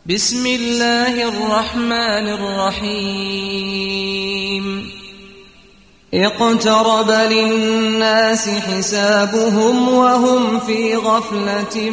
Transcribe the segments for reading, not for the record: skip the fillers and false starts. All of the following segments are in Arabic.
بسم الله الرحمن الرحيم اقترب للناس حسابهم وهم في غفلة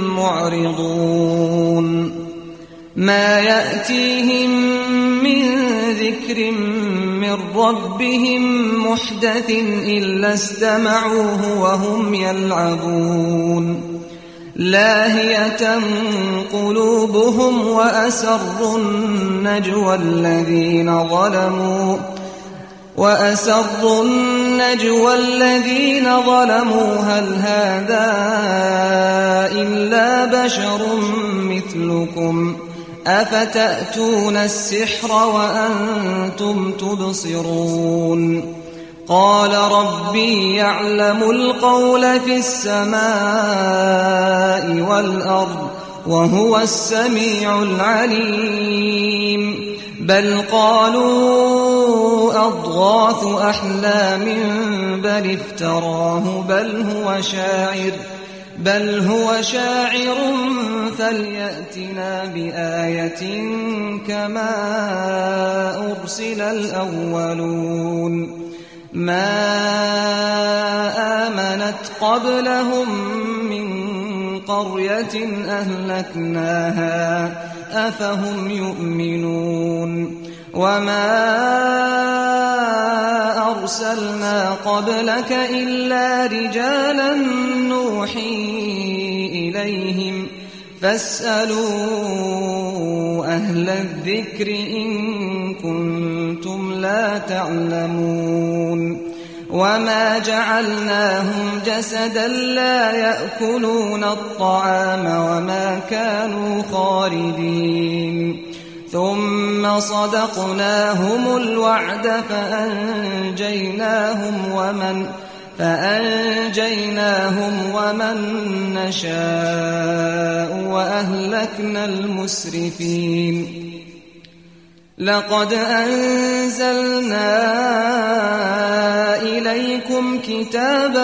معرضون ما يأتيهم من ذكر من ربهم محدث إلا استمعوه وهم يلعبون لاهية قلوبهم وأسروا النجوى الذين ظلموا هل هذا إلا بشر مثلكم أفتأتون السحر وأنتم تبصرون قال ربي يعلم القول في السماء والأرض وهو السميع العليم بل قالوا أضغاث أحلام بل افتراه بل هو شاعر فليأتنا بآية كما أرسل الأولون ما آمنت قبلهم من قرية أهلكناها أفهم يؤمنون وما أرسلنا قبلك إلا رجالا نوحي إليهم فاسألوا أهل الذكر إن كنتم لا تعلمون وما جعلناهم جسدا لا يأكلون الطعام وما كانوا خالدين ثم صدقناهم الوعد فأنجيناهم ومن نشاء وأهلكنا المسرفين لقد أنزلنا إليكم كتابا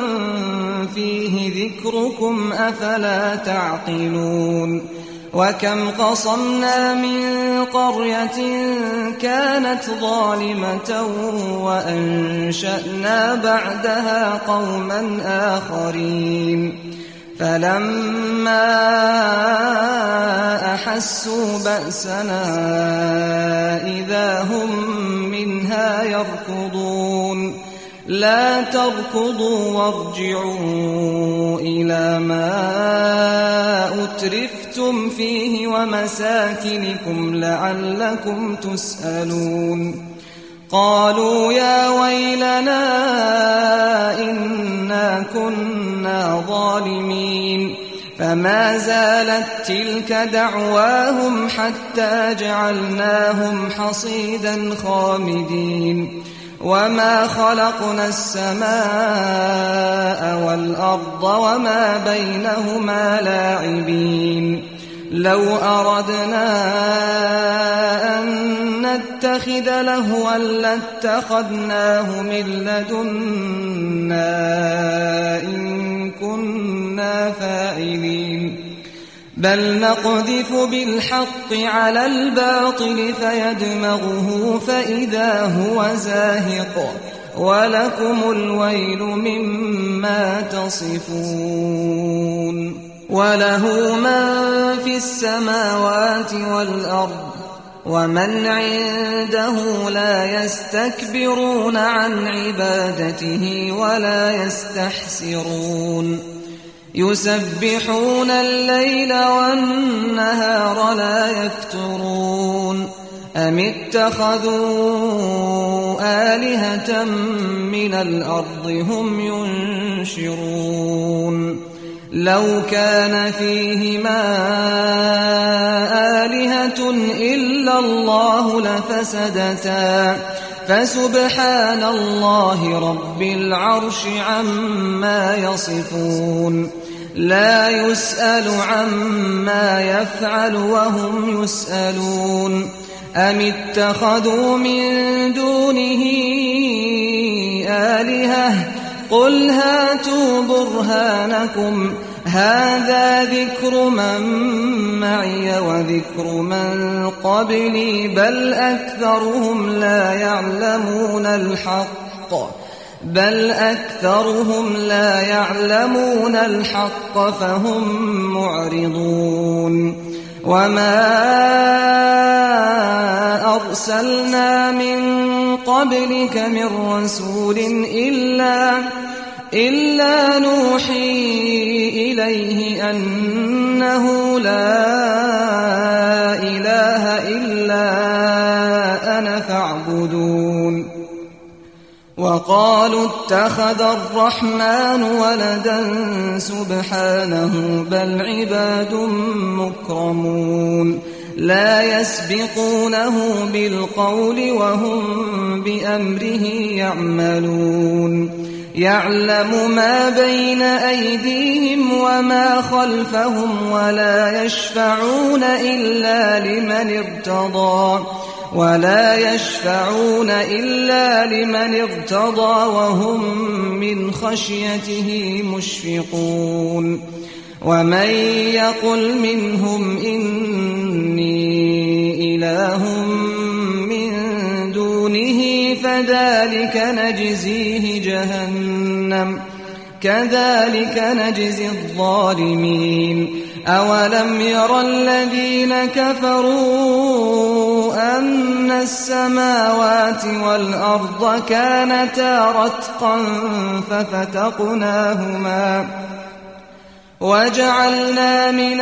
فيه ذكركم أفلا تعقلون وكم قصمنا من قرية كانت ظالمة وأنشأنا بعدها قوما آخرين فلما أحسوا بأسنا إذا هم منها يركضون لا تركضوا وارجعوا إلى ما أترفتم فيه ومساكنكم لعلكم تسألون قالوا يا ويلنا إنا كنا ظالمين فما زالت تلك دعواهم حتى جعلناهم حصيدا خامدين وما خلقنا السماء والأرض وما بينهما لاعبين لو أردنا أن نتخذ لهوا لاتخذناه من لدنا إن كنا فاعلين بل نقذف بالحق على الباطل فيدمغه فإذا هو زاهق ولكم الويل مما تصفون وله من في السماوات والأرض ومن عنده لا يستكبرون عن عبادته ولا يستحسرون يسبحون الليل والنهار لا يفترون أم اتخذوا آلهة من الأرض هم ينشرون لو كان فيهما آلهة إلا الله لفسدتا فسبحان الله رب العرش عما يصفون لا يسأل عما يفعل وهم يسألون أم اتخذوا من دونه آلهة قل هاتوا برهانكم هذا ذكر من معي وذكر من قبلي بل أكثرهم لا يعلمون الحق فهم معرضون وما أرسلنا من قبلك من رسول إلا نوحي إليه أنه لا إله إلا أنا فاعبدون وقالوا اتخذ الرحمن ولدا سبحانه بل عباد مكرمون لا يسبقونه بالقول وهم بأمره يعملون يعلم ما بين أيديهم وما خلفهم ولا يشفعون إلا لمن ارتضى وهم من خشيته مشفقون ومن يقل منهم إني إله من دونه فذلك نجزيه جهنم كذلك نجزي الظالمين أولم ير الذين كفروا أن السماوات والأرض كانتا رتقا ففتقناهما وجعلنا من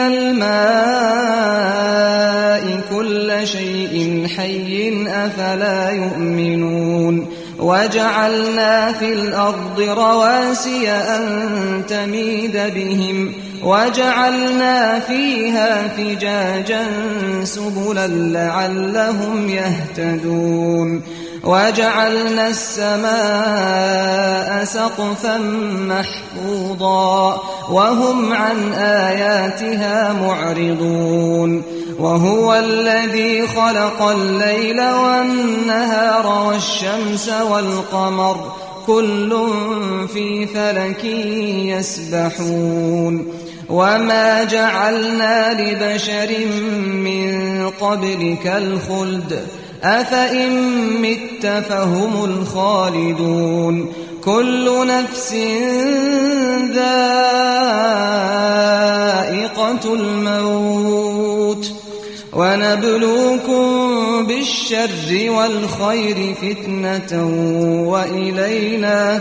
الماء كل شيء حي أفلا يؤمنون وجعلنا في الأرض رواسي أن تميد بهم وجعلنا فيها فجاجا سبلا لعلهم يهتدون وجعلنا السماء سقفا محفوظا وهم عن آياتها معرضون وهو الذي خلق الليل والنهار والشمس والقمر كل في فلك يسبحون وما جعلنا لبشر من قبلك الخلد أفإن مت فهم الخالدون كل نفس ذائقة الموت ونبلوكم بالشر والخير فتنة وإلينا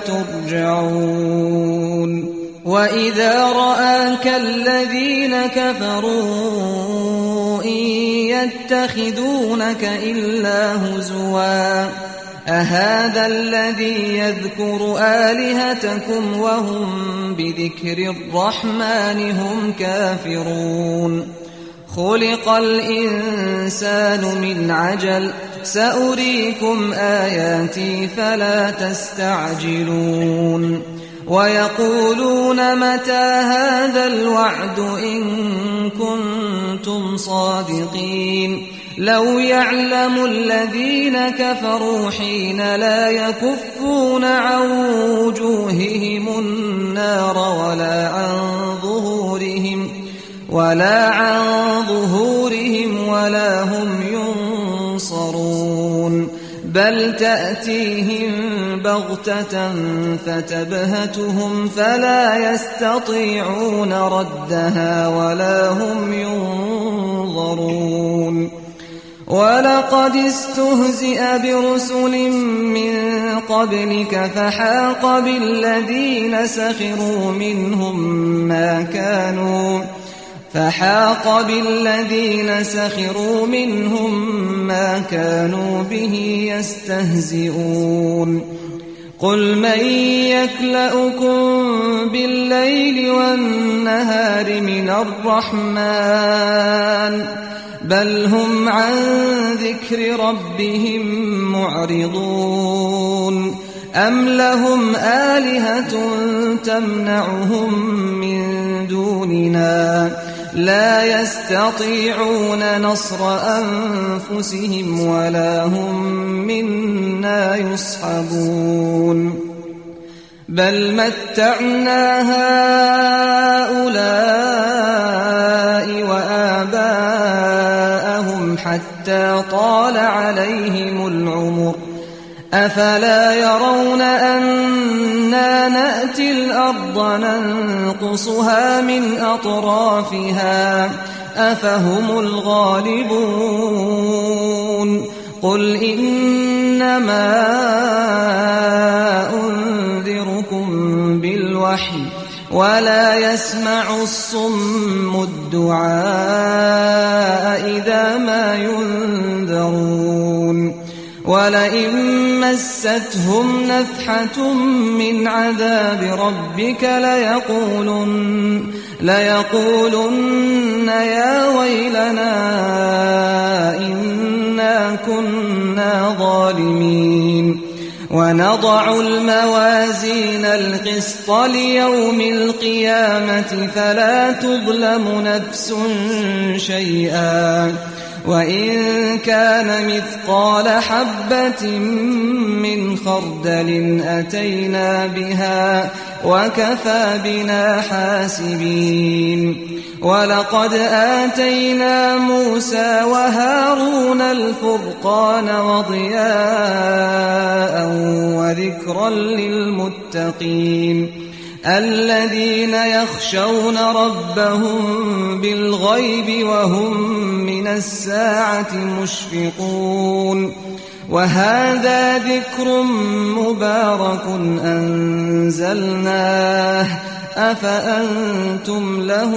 ترجعون وإذا رآك الذين كفروا إن يتخذونك إلا هزوا أهذا الذي يذكر آلهتكم وهم بذكر الرحمن هم كافرون خلق الإنسان من عجل سأريكم آياتي فلا تستعجلون ويقولون متى هذا الوعد إن كنتم صادقين لو يعلم الذين كفروا حين لا يكفون عن وجوههم النار ولا عن ظهورهم ولا هم ينصرون بل تأتيهم بغتة فتبهتهم فلا يستطيعون ردها ولا هم ينظرون ولقد استهزئ برسل من قبلك فحاق بالذين سخروا منهم ما كانوا به يستهزئون قل من يكلؤكم بالليل والنهار من الرحمن بل هم عن ذكر ربهم معرضون أم لهم آلهة تمنعهم من دوننا لا يستطيعون نصر أنفسهم ولا هم منا يصحبون بل متعنا هؤلاء وآباءهم حتى طال عليهم العمر أفلا يرون أنا نأتي الأرض ننقصها من أطرافها أفهم الغالبون قل إنما أنذركم بالوحي ولا يسمع الصم الدعاء إذا ما ينذرون ولئن مستهم نفحة من عذاب ربك ليقولن يا ويلنا إنا كنا ظالمين ونضع الموازين القسط ليوم القيامة فلا تظلم نفس شيئا وإن كان مثقال حبة من خردل أتينا بها وكفى بنا حاسبين ولقد آتينا موسى وهارون الفرقان وضياء وذكرا للمتقين الذين يخشون ربهم بالغيب وهم من الساعة مشفقون وهذا ذكر مبارك أنزلناه أفأنتم له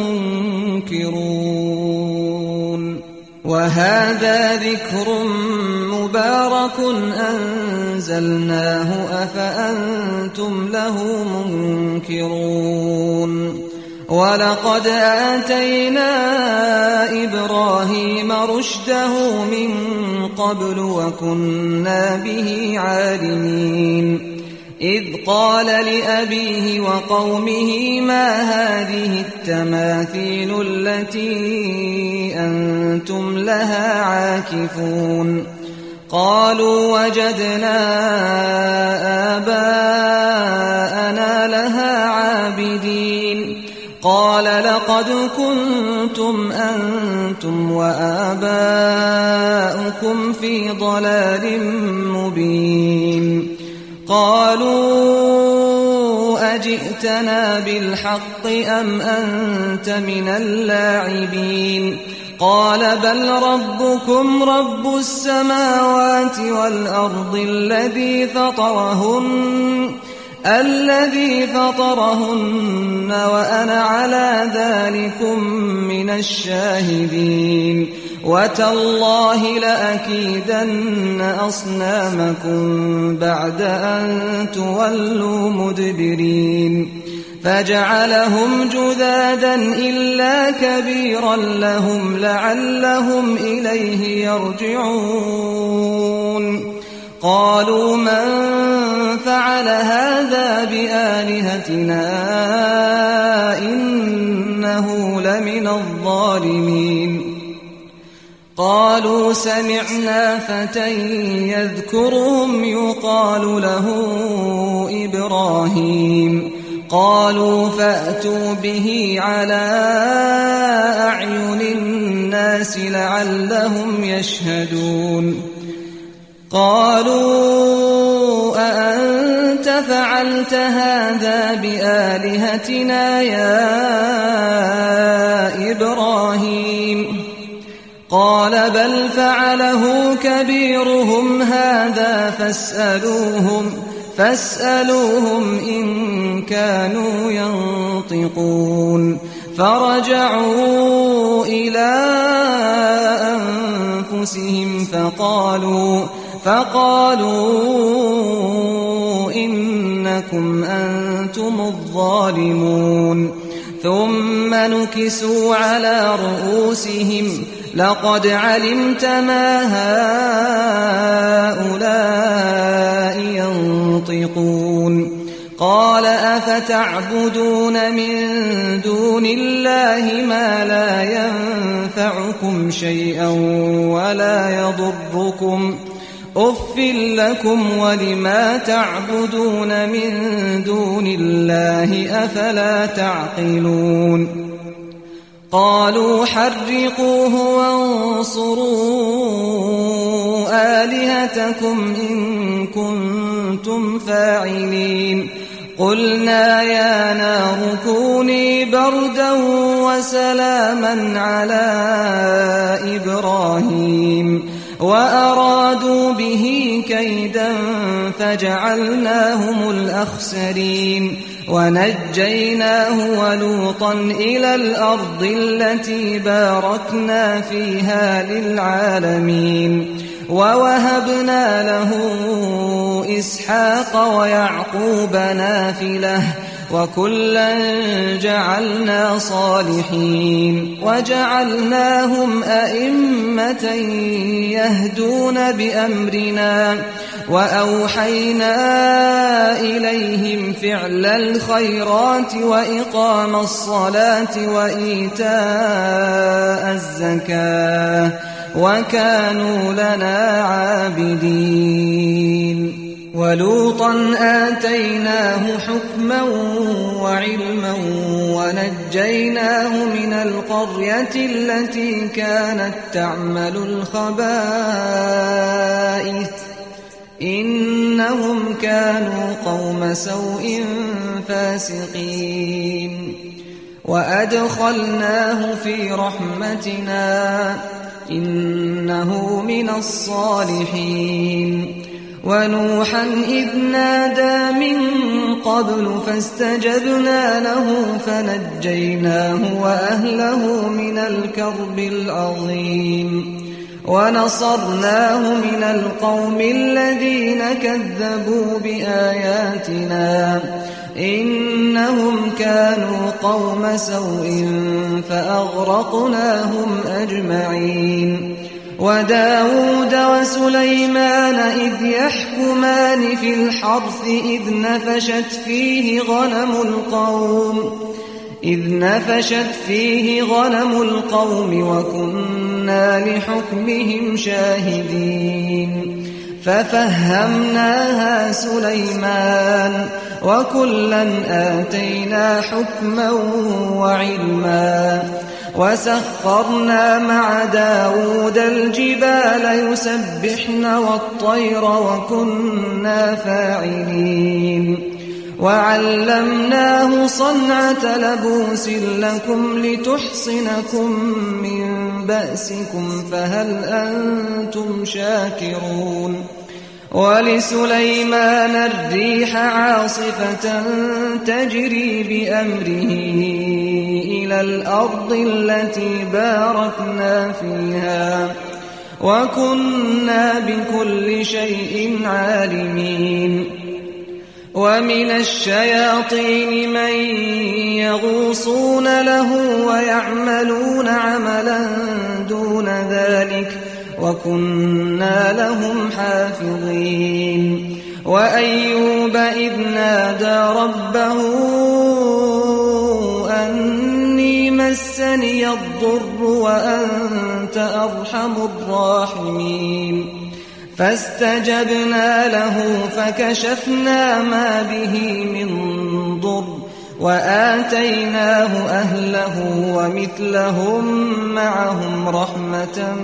منكرون وهذا ذكر مبارك أنزلناه أفأنتم له منكرون ولقد آتينا إبراهيم رشده من قبل وكنا به عالمين إذ قال لأبيه وقومه ما هذه التماثيل التي أنتم لها عاكفون قالوا وجدنا آباءنا لها عابدين قال لقد كنتم أنتم وآباؤكم في ضلال مبين قالوا أجئتنا بالحق أم أنت من اللاعبين قال بل ربكم رب السماوات والأرض الذي فطرهن وأنا على ذلكم من الشاهدين وتالله لأكيدن أصنامكم بعد أن تولوا مدبرين فجعلهم جذاذا إلا كبيرا لهم لعلهم إليه يرجعون قالوا من فعل هذا بآلهتنا إنه لمن الظالمين قالوا سمعنا فتى يذكرهم يقال له إبراهيم قالوا فأتوا به على أعين الناس لعلهم يشهدون قالوا أأنت فعلت هذا بآلهتنا يا إبراهيم قال بل فعله كبيرهم هذا فاسألوهم إن كانوا ينطقون فرجعوا إلى أنفسهم فقالوا إنكم أنتم الظالمون ثم نكسوا على رؤوسهم لقد علمت ما هؤلاء ينطقون قال أفتعبدون من دون الله ما لا ينفعكم شيئا أف لكم ولما تعبدون من دون الله أفلا تعقلون قالوا حرقوه وانصروا آلهتكم إن كنتم فاعلين قلنا يا نار كوني بردا وسلاما على إبراهيم وأرادوا به كيدا فجعلناهم الأخسرين ونجيناه ولوطا إلى الأرض التي باركنا فيها للعالمين ووهبنا له إسحاق ويعقوب نافلة وكلا جعلنا صالحين وجعلناهم أئمة يهدون بأمرنا وأوحينا إليهم فعل الخيرات وإقام الصلاة وإيتاء الزكاة وكانوا لنا عابدين ولوطا آتيناه حكما وعلما ونجيناه من القرية التي كانت تعمل الخبائث إنهم كانوا قوم سوء فاسقين وأدخلناه في رحمتنا إنه من الصالحين ونوحا إذ نادى من قبل فاستجبنا له فنجيناه وأهله من الكرب العظيم ونصرناه من القوم الذين كذبوا بآياتنا إنهم كانوا قوم سوء فأغرقناهم أجمعين وداود وسليمان إذ يحكمان في الحرث إذ نفشت فيه غنم القوم وكنا لحكمهم شاهدين ففهمناها سليمان وكلا آتينا حكما وعلما وسخرنا مع داود الجبال يسبحن والطير وكنا فاعلين وعلمناه صنعة لبوس لكم لتحصنكم من بأسكم فهل أنتم شاكرون ولسليمان الريح عاصفة تجري بأمره إلى الأرض التي باركنا فيها وكنا بكل شيء عالمين ومن الشياطين من يغوصون له ويعملون عملا دون ذلك وكنا لهم حافظين وأيوب إذ نادى ربه أني مسني الضر وأنت أرحم الراحمين فاستجبنا له فكشفنا ما به من ضر وآتيناه أهله ومثلهم معهم رحمة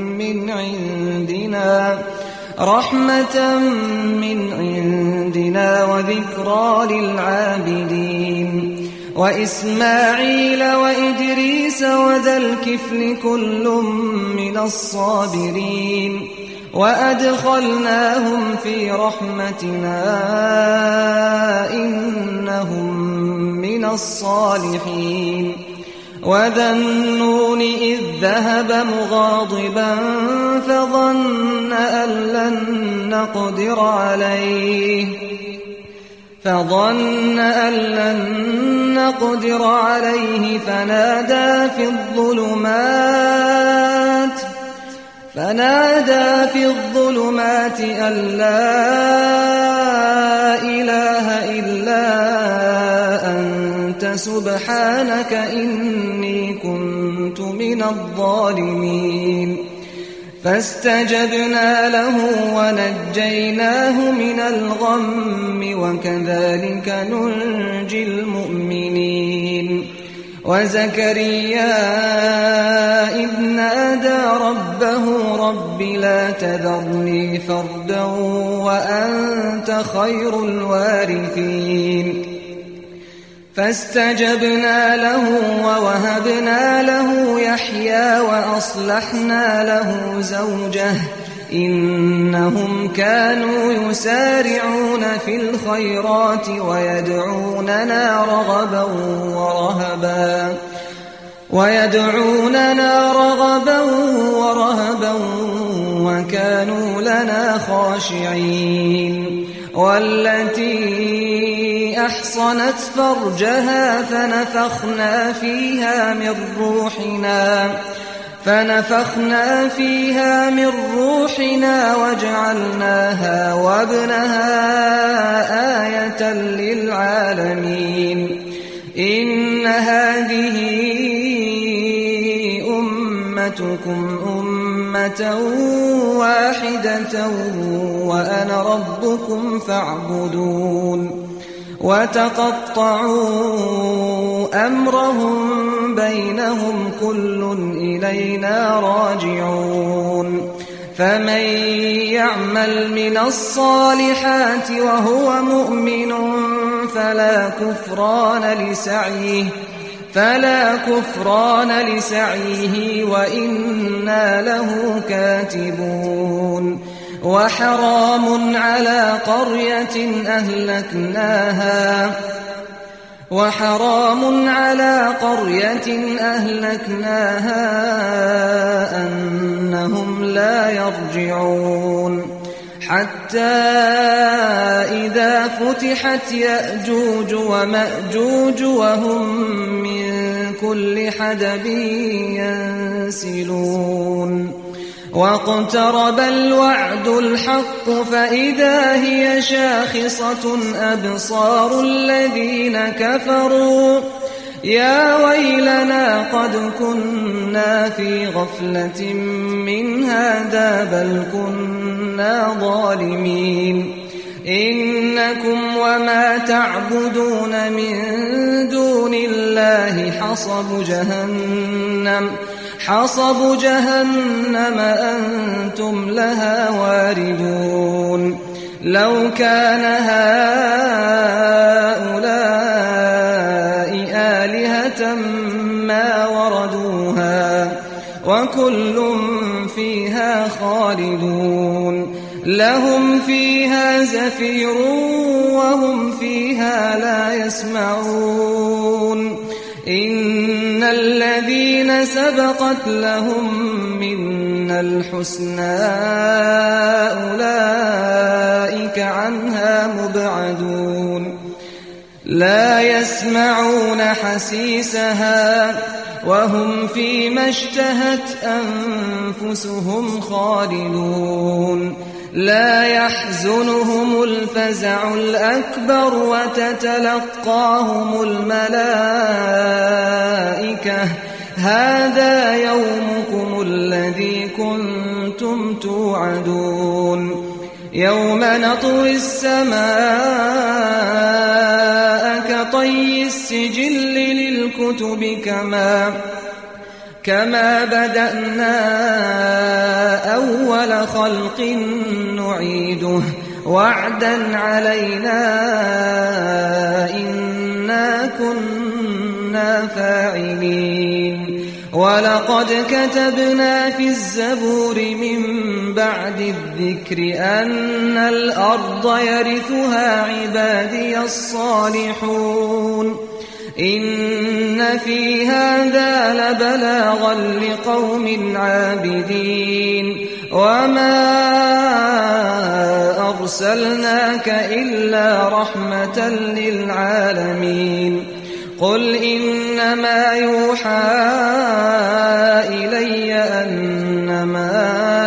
من عندنا وذكرى للعابدين وإسماعيل وإدريس وذا الكفل كل من الصابرين وأدخلناهم في رحمتنا إنهم من الصالحين وذا النون إذ ذهب مغاضبا فظن أن لن نقدر عليه فنادى في الظلمات أن لا إله إلا أنت سبحانك إني كنت من الظالمين فاستجبنا له ونجيناه من الغم وكذلك ننجي المؤمنين وزكريا إذ نادى ربه رب لا تذرني فردا وأنت خير الوارثين فاستجبنا له ووهبنا له يحيى وأصلحنا له زوجه إنهم كانوا يسارعون في الخيرات ويدعوننا رغبا ورهبا وكانوا لنا خاشعين والتي أحصنت فرجها فنفخنا فيها من روحنا وجعلناها وابنها آية للعالمين إن هذه أمتكم أمة واحدة وأنا ربكم فاعبدون وتقطعوا أمرهم بينهم كل إلينا راجعون فمن يعمل من الصالحات وهو مؤمن فلا كفران لسعيه وإنا له كاتبون وحرام على قرية أهلكناها أنهم لا يرجعون حتى إذا فتحت يأجوج ومأجوج وهم من كل حدب ينسلون واقترب الوعد الحق فإذا هي شاخصة أبصار الذين كفروا يا ويلنا قد كنا في غفلة من هذا بل كنا ظالمين إنكم وما تعبدون من دون الله حصب جهنم أنتم لها واردون لو كان هؤلاء آلهة ما وردوها وكل فيها خالدون لهم فيها زفير وهم فيها لا يسمعون إن الذين سبقت لهم منا الحسنى أولئك عنها مبعدون لا يسمعون حسيسها وهم فيما اشتهت أنفسهم خالدون لا يحزنهم الفزع الأكبر وتتلقاهم الملائكة هذا يومكم الذي كنتم توعدون يوم نطوي السماء كطي السجل للكتب كما بدأنا أول خلق نعيده وعدا علينا إنا كنا فاعلين ولقد كتبنا في الزبور من بعد الذكر أن الأرض يرثها عبادي الصالحون إن في هذا لبلاغا لقوم عابدين وما أرسلناك إلا رحمة للعالمين قل إنما يوحى إلي أنما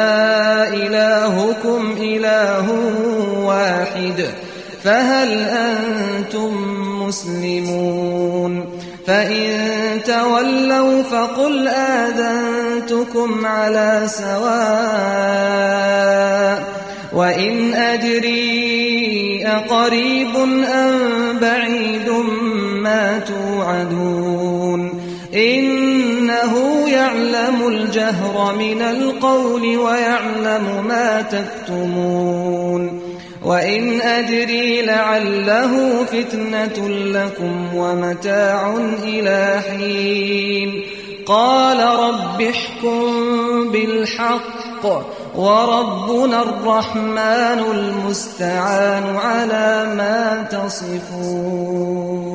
إلهكم إله واحد فهل أنتم مسلمون فإن تولوا فقل آذنتكم على سواء وإن أدري أقريب أم بعيد ما توعدون إنه يعلم الجهر من القول ويعلم ما تكتمون وإن أدري لعله فتنة لكم ومتاع إلى حين قال رب احكم بالحق وربنا الرحمن المستعان على ما تصفون.